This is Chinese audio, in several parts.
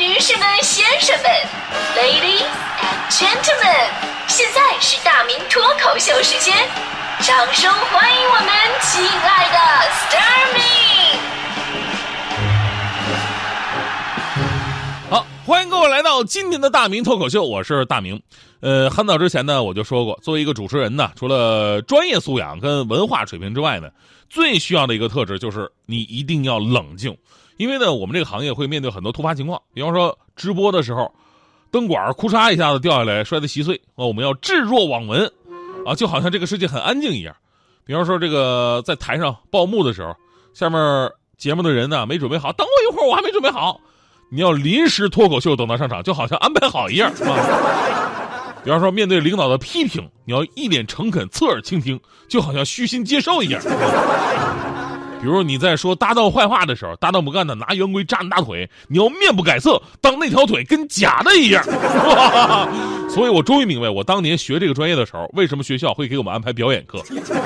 女士们、先生们 ，Ladies and Gentlemen， 现在是大明脱口秀时间，掌声欢迎我们亲爱的 Starmin。 好，欢迎各位来到今天的大明脱口秀，我是大明。很早之前呢，我就说过，作为一个主持人呢，除了专业素养跟文化水平之外呢，最需要的一个特质就是你一定要冷静。因为呢，我们这个行业会面对很多突发情况，比方说直播的时候，灯管咔嚓一下子掉下来，摔得稀碎我们要置若罔闻啊，就好像这个世界很安静一样。比方说这个在台上报幕的时候，下面节目的人呢没准备好，等我一会儿，我还没准备好，你要临时脱口秀等他上场，就好像安排好一样啊。比方说面对领导的批评，你要一脸诚恳，侧耳倾听，就好像虚心接受一样。比如你在说搭档坏话的时候，搭档不干的拿圆规扎你大腿，你要面不改色，当那条腿跟假的一样。所以我终于明白，我当年学这个专业的时候，为什么学校会给我们安排表演课。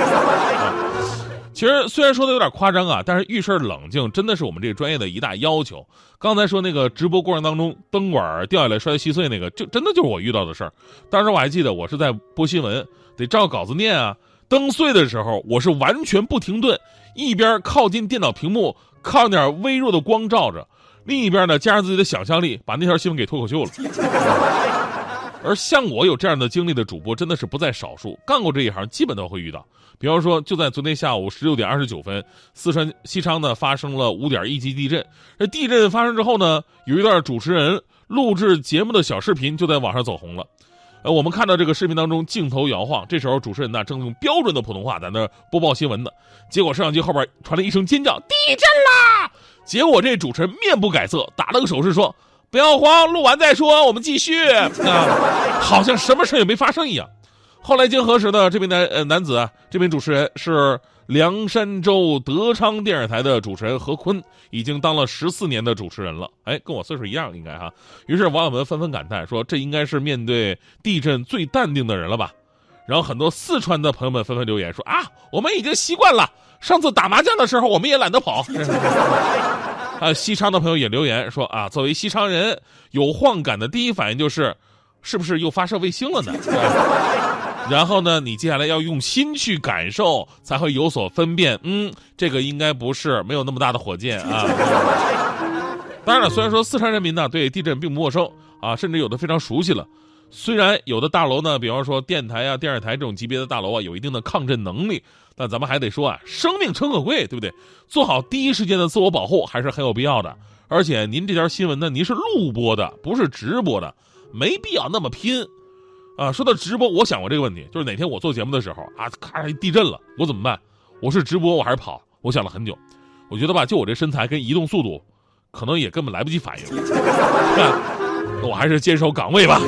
其实虽然说的有点夸张啊，但是遇事冷静真的是我们这个专业的一大要求。刚才说那个直播过程当中灯管掉下来摔得稀碎那个，就真的就是我遇到的事儿。当时我还记得我是在播新闻，得照稿子念啊。灯碎的时候，我是完全不停顿，一边靠近电脑屏幕，靠点微弱的光照着，另一边呢加上自己的想象力，把那条新闻给脱口秀了。而像我有这样的经历的主播真的是不在少数，干过这一行基本都会遇到。比方说就在昨天下午16点29分，四川西昌呢发生了5.1级地震。这地震发生之后呢，有一段主持人录制节目的小视频就在网上走红了。我们看到这个视频当中镜头摇晃，这时候主持人呢正用标准的普通话在那播报新闻呢，结果摄像机后边传来一声尖叫，地震啦！结果这主持人面不改色，打了个手势说不要慌，录完再说，我们继续好像什么事也没发生一样。后来经核实呢，这名男子啊，这名主持人是凉山州德昌电视台的主持人何坤，已经当了14年的主持人了。跟我岁数一样应该哈。于是网友们纷纷感叹说，这应该是面对地震最淡定的人了吧。然后很多四川的朋友们纷纷留言说啊，我们已经习惯了，上次打麻将的时候我们也懒得跑。西昌的朋友也留言说啊，作为西昌人，有晃感的第一反应是不是又发射卫星了呢？然后呢，你接下来要用心去感受，才会有所分辨。这个应该不是，没有那么大的火箭啊。当然了，虽然说四川人民呢对地震并不陌生啊，甚至有的非常熟悉了。虽然有的大楼呢，比方说电台啊、电视台这种级别的大楼啊，有一定的抗震能力，但咱们还得说啊，生命诚可贵，对不对？做好第一时间的自我保护还是很有必要的。而且您这条新闻呢，您是录播的，不是直播的，没必要那么拼。说到直播，我想过这个问题，就是哪天我做节目的时候啊，咔地震了，我怎么办？我是直播我还是跑？我想了很久，我觉得吧，就我这身材跟移动速度，可能也根本来不及反应。我还是坚守岗位吧。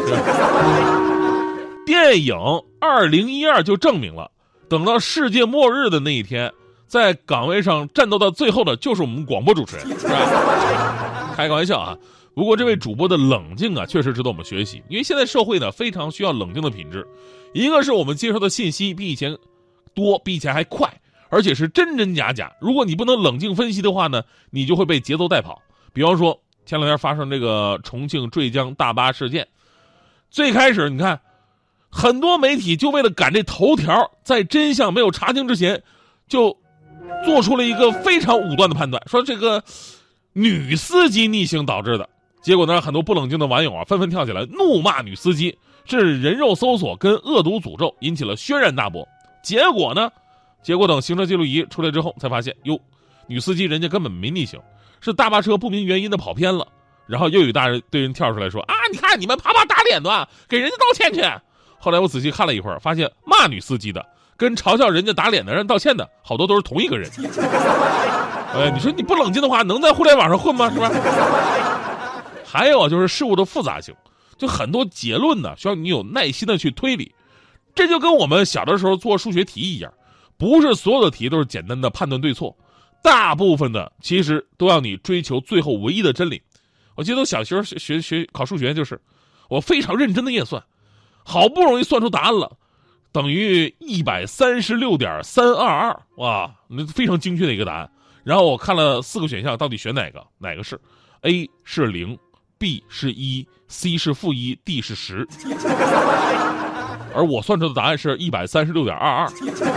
电影2012就证明了，等到世界末日的那一天，在岗位上战斗到最后的就是我们广播主持人，是吧？开个玩笑啊。不过这位主播的冷静啊，确实值得我们学习，因为现在社会呢非常需要冷静的品质。一个是我们接收的信息比以前多，比以前还快，而且是真真假假。如果你不能冷静分析的话呢，你就会被节奏带跑。比方说前两天发生这个重庆坠江大巴事件，最开始你看很多媒体就为了赶这头条，在真相没有查清之前，就做出了一个非常武断的判断，说这个女司机逆行导致的。结果呢，很多不冷静的网友啊，纷纷跳起来怒骂女司机是人肉搜索跟恶毒诅咒，引起了轩然大波。结果等行车记录仪出来之后，才发现女司机人家根本没逆行，是大巴车不明原因的跑偏了。然后又有大人对人跳出来说啊，你看你们啪啪打脸的，给人家道歉去。后来我仔细看了一会儿，发现骂女司机的跟嘲笑人家打脸的人道歉的好多都是同一个人。你说你不冷静的话，能在互联网上混吗？是吧？还有就是事物的复杂性，就很多结论呢，需要你有耐心的去推理。这就跟我们小的时候做数学题一样，不是所有的题都是简单的判断对错，大部分的其实都要你追求最后唯一的真理。我记得我小学学考数学，就是我非常认真的验算，好不容易算出答案了，等于136.322，哇，那非常精确的一个答案。然后我看了4个选项，到底选哪个？哪个是 A 是0 B 是1，C 是-1，D 是10，而我算出的答案是136.22。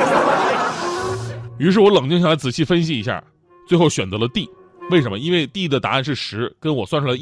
于是我冷静下来仔细分析一下，最后选择了 D。为什么？因为 D 的答案是10，跟我算出来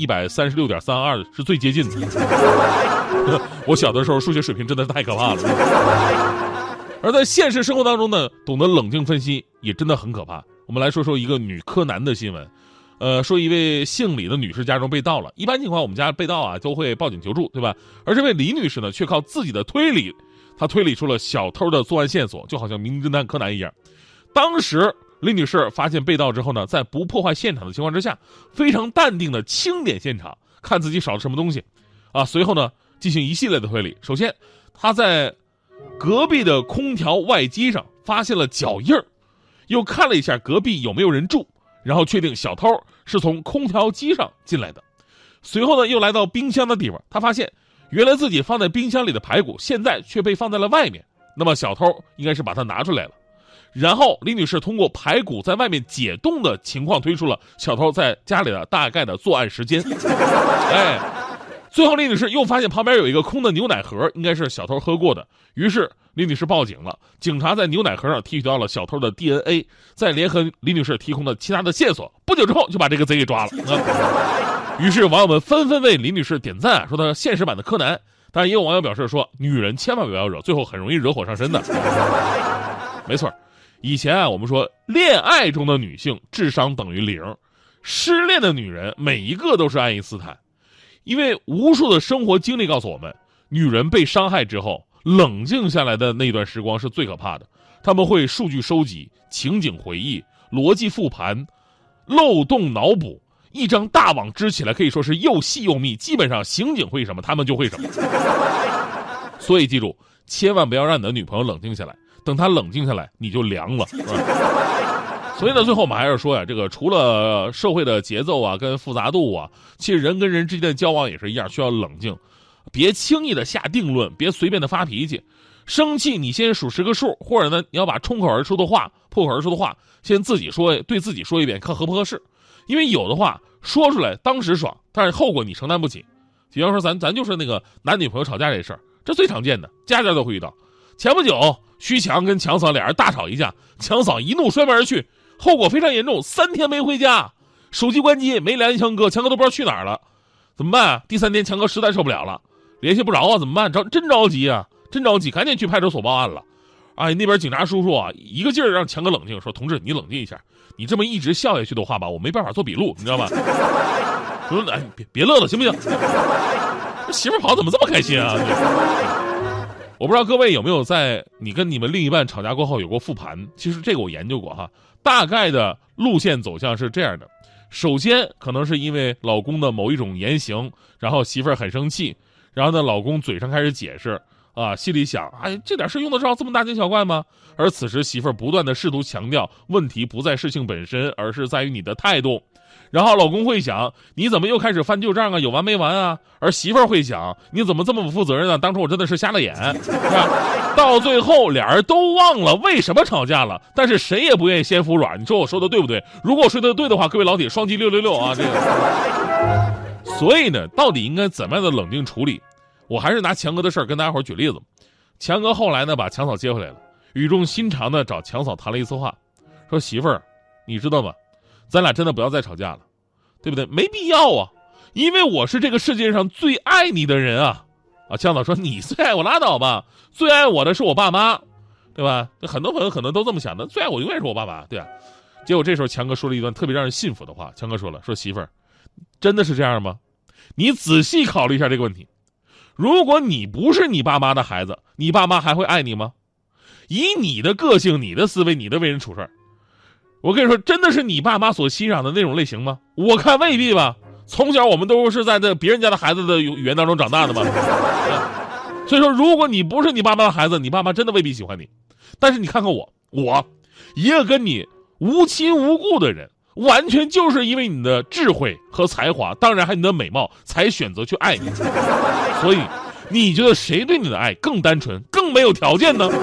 136.32是最接近的。我小的时候数学水平真的是太可怕了。而在现实生活当中呢，懂得冷静分析也真的很可怕。我们来说说一个女柯南的新闻。说一位姓李的女士家中被盗了。一般情况我们家被盗啊都会报警求助，对吧？而这位李女士呢，却靠自己的推理，她推理出了小偷的作案线索，就好像名侦探柯南一样。当时李女士发现被盗之后呢，在不破坏现场的情况之下，非常淡定的清点现场，看自己少了什么东西啊。随后呢，进行一系列的推理。首先，她在隔壁的空调外机上发现了脚印儿，又看了一下隔壁有没有人住，然后确定小偷是从空调机上进来的。随后呢，又来到冰箱的地方，他发现原来自己放在冰箱里的排骨现在却被放在了外面，那么小偷应该是把它拿出来了。然后李女士通过排骨在外面解冻的情况推出了小偷在家里的大概的作案时间。最后李女士又发现旁边有一个空的牛奶盒，应该是小偷喝过的，于是李女士报警了。警察在牛奶盒上提取到了小偷的 DNA， 再联合李女士提供的其他的线索，不久之后就把这个贼给抓了。于是网友们纷纷为李女士点赞，说她现实版的柯南。当然也有网友表示说，女人千万不要惹，最后很容易惹火上身的。没错，以前啊，我们说恋爱中的女性智商等于0，失恋的女人每一个都是爱因斯坦。因为无数的生活经历告诉我们，女人被伤害之后冷静下来的那段时光是最可怕的。她们会数据收集、情景回忆、逻辑复盘、漏洞脑补，一张大网织起来可以说是又细又密，基本上刑警会什么她们就会什么。所以记住，千万不要让你的女朋友冷静下来，等她冷静下来你就凉了，是吧？所以呢，最后我们还是说呀，这个除了社会的节奏啊跟复杂度啊，其实人跟人之间的交往也是一样，需要冷静，别轻易的下定论，别随便的发脾气。生气你先数10个数，或者呢，你要把冲口而出的话、破口而出的话，先自己说，对自己说一遍，看合不合适。因为有的话说出来当时爽，但是后果你承担不起。比方说咱就是那个男女朋友吵架这事儿，这最常见的，家家都会遇到。前不久，徐强跟强嫂俩人大吵一架，强嫂一怒摔门而去。后果非常严重，3天没回家，手机关机，没联系强哥，强哥都不知道去哪儿了，怎么办？第3天强哥实在受不了了，联系不着啊，怎么办？真着急啊，真着急，赶紧去派出所报案了。哎，那边警察叔叔啊，一个劲儿让强哥冷静，说：“同志，你冷静一下，你这么一直笑下去的话吧，我没办法做笔录，你知道吗？”说：“哎，别乐了，行不行？这媳妇跑怎么这么开心啊？”我不知道各位有没有在你跟你们另一半吵架过后有过复盘？其实这个我研究过哈，大概的路线走向是这样的：首先可能是因为老公的某一种言行，然后媳妇儿很生气，然后呢老公嘴上开始解释啊，心里想，哎，这点事用得着这么大惊小怪吗？而此时媳妇儿不断的试图强调，问题不在事情本身，而是在于你的态度。然后老公会想，你怎么又开始翻旧账啊，有完没完啊？而媳妇儿会想，你怎么这么不负责任啊？当初我真的是瞎了眼，是吧？到最后俩人都忘了为什么吵架了，但是谁也不愿意先服软。你说我说的对不对？如果我说的对的话，各位老铁双击666啊！这个，所以呢，到底应该怎么样的冷静处理？我还是拿强哥的事儿跟大家伙举例子。强哥后来呢，把强嫂接回来了，语重心长的找强嫂谈了一次话，说媳妇儿，你知道吗？咱俩真的不要再吵架了，对不对？没必要啊，因为我是这个世界上最爱你的人啊！啊，强嫂说你最爱我拉倒吧，最爱我的是我爸妈，对吧？很多朋友可能都这么想的，最爱我永远是我爸爸，对吧？结果这时候强哥说了一段特别让人信服的话，强哥说了，说媳妇儿，真的是这样吗？你仔细考虑一下这个问题，如果你不是你爸妈的孩子，你爸妈还会爱你吗？以你的个性、你的思维、你的为人处事，我跟你说，真的是你爸妈所欣赏的那种类型吗？我看未必吧。从小我们都是在别人家的孩子的语言当中长大的嘛。所以说，如果你不是你爸妈的孩子，你爸妈真的未必喜欢你。但是你看看我一个跟你无亲无故的人，完全就是因为你的智慧和才华，当然还有你的美貌，才选择去爱你。所以，你觉得谁对你的爱更单纯、更没有条件呢？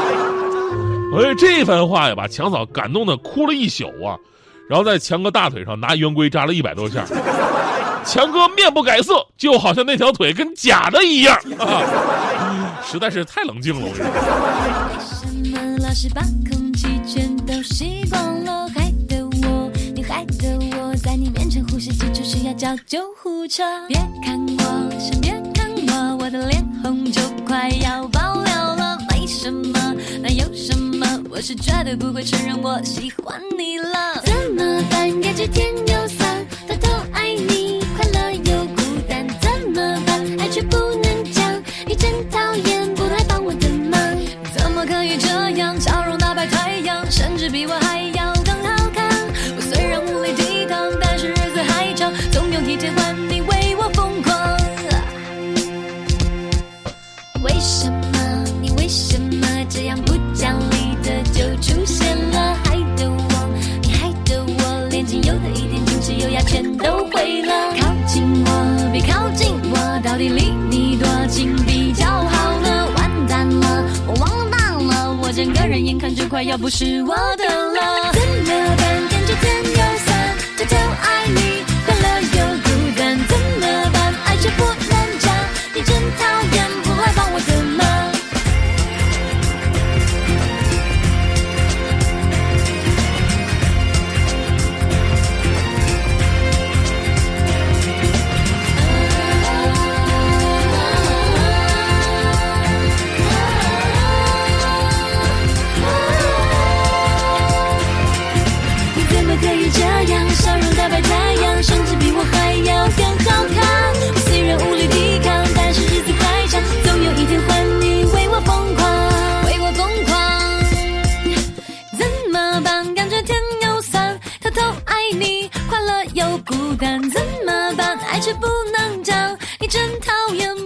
这番话呀，把强嫂感动的哭了一宿啊，然后在强哥大腿上拿圆规扎了100多下。 强哥面不改色，就好像那条腿跟假的一样啊！实在是太冷静了，我跟你说。 为什么老是把空气全都吸光了？害得我，你害得我在你面前呼吸急促，需要叫救护车。别看我，先别看我，我的脸红就快要爆了了。为什么？那有什么？我是绝对不会承认我喜欢你了。怎么办？感觉天又酸，偷偷爱你，快乐又孤单。怎么办？爱却不能讲，你真讨厌，不来帮我的忙。怎么可以这样？笑容打败太阳，甚至比我还要更好看。我虽然无力抵抗，但是日子还长，总有一天换你为我疯狂。为什么？你为什么这样不讲理的就出现了？害得我，你害得我，连仅有的一点矜持优雅全都毁了。靠近我，别靠近我，到底离你多近比较好呢？完蛋了，我忘了办了，我整个人眼看就快要不是我的了。怎么办？感觉甜又酸，偷偷爱你，快乐又孤单。怎么办？爱却不能讲，你真讨厌，不来帮我的忙。可以这样，笑容打败太阳，甚至比我还要更好看。我虽然无力抵抗，但是日子还长，总有一天换你为我疯狂，为我疯狂。怎么办？感觉甜又酸，偷偷爱你，快乐又孤单。怎么办？爱却不能讲，你真讨厌。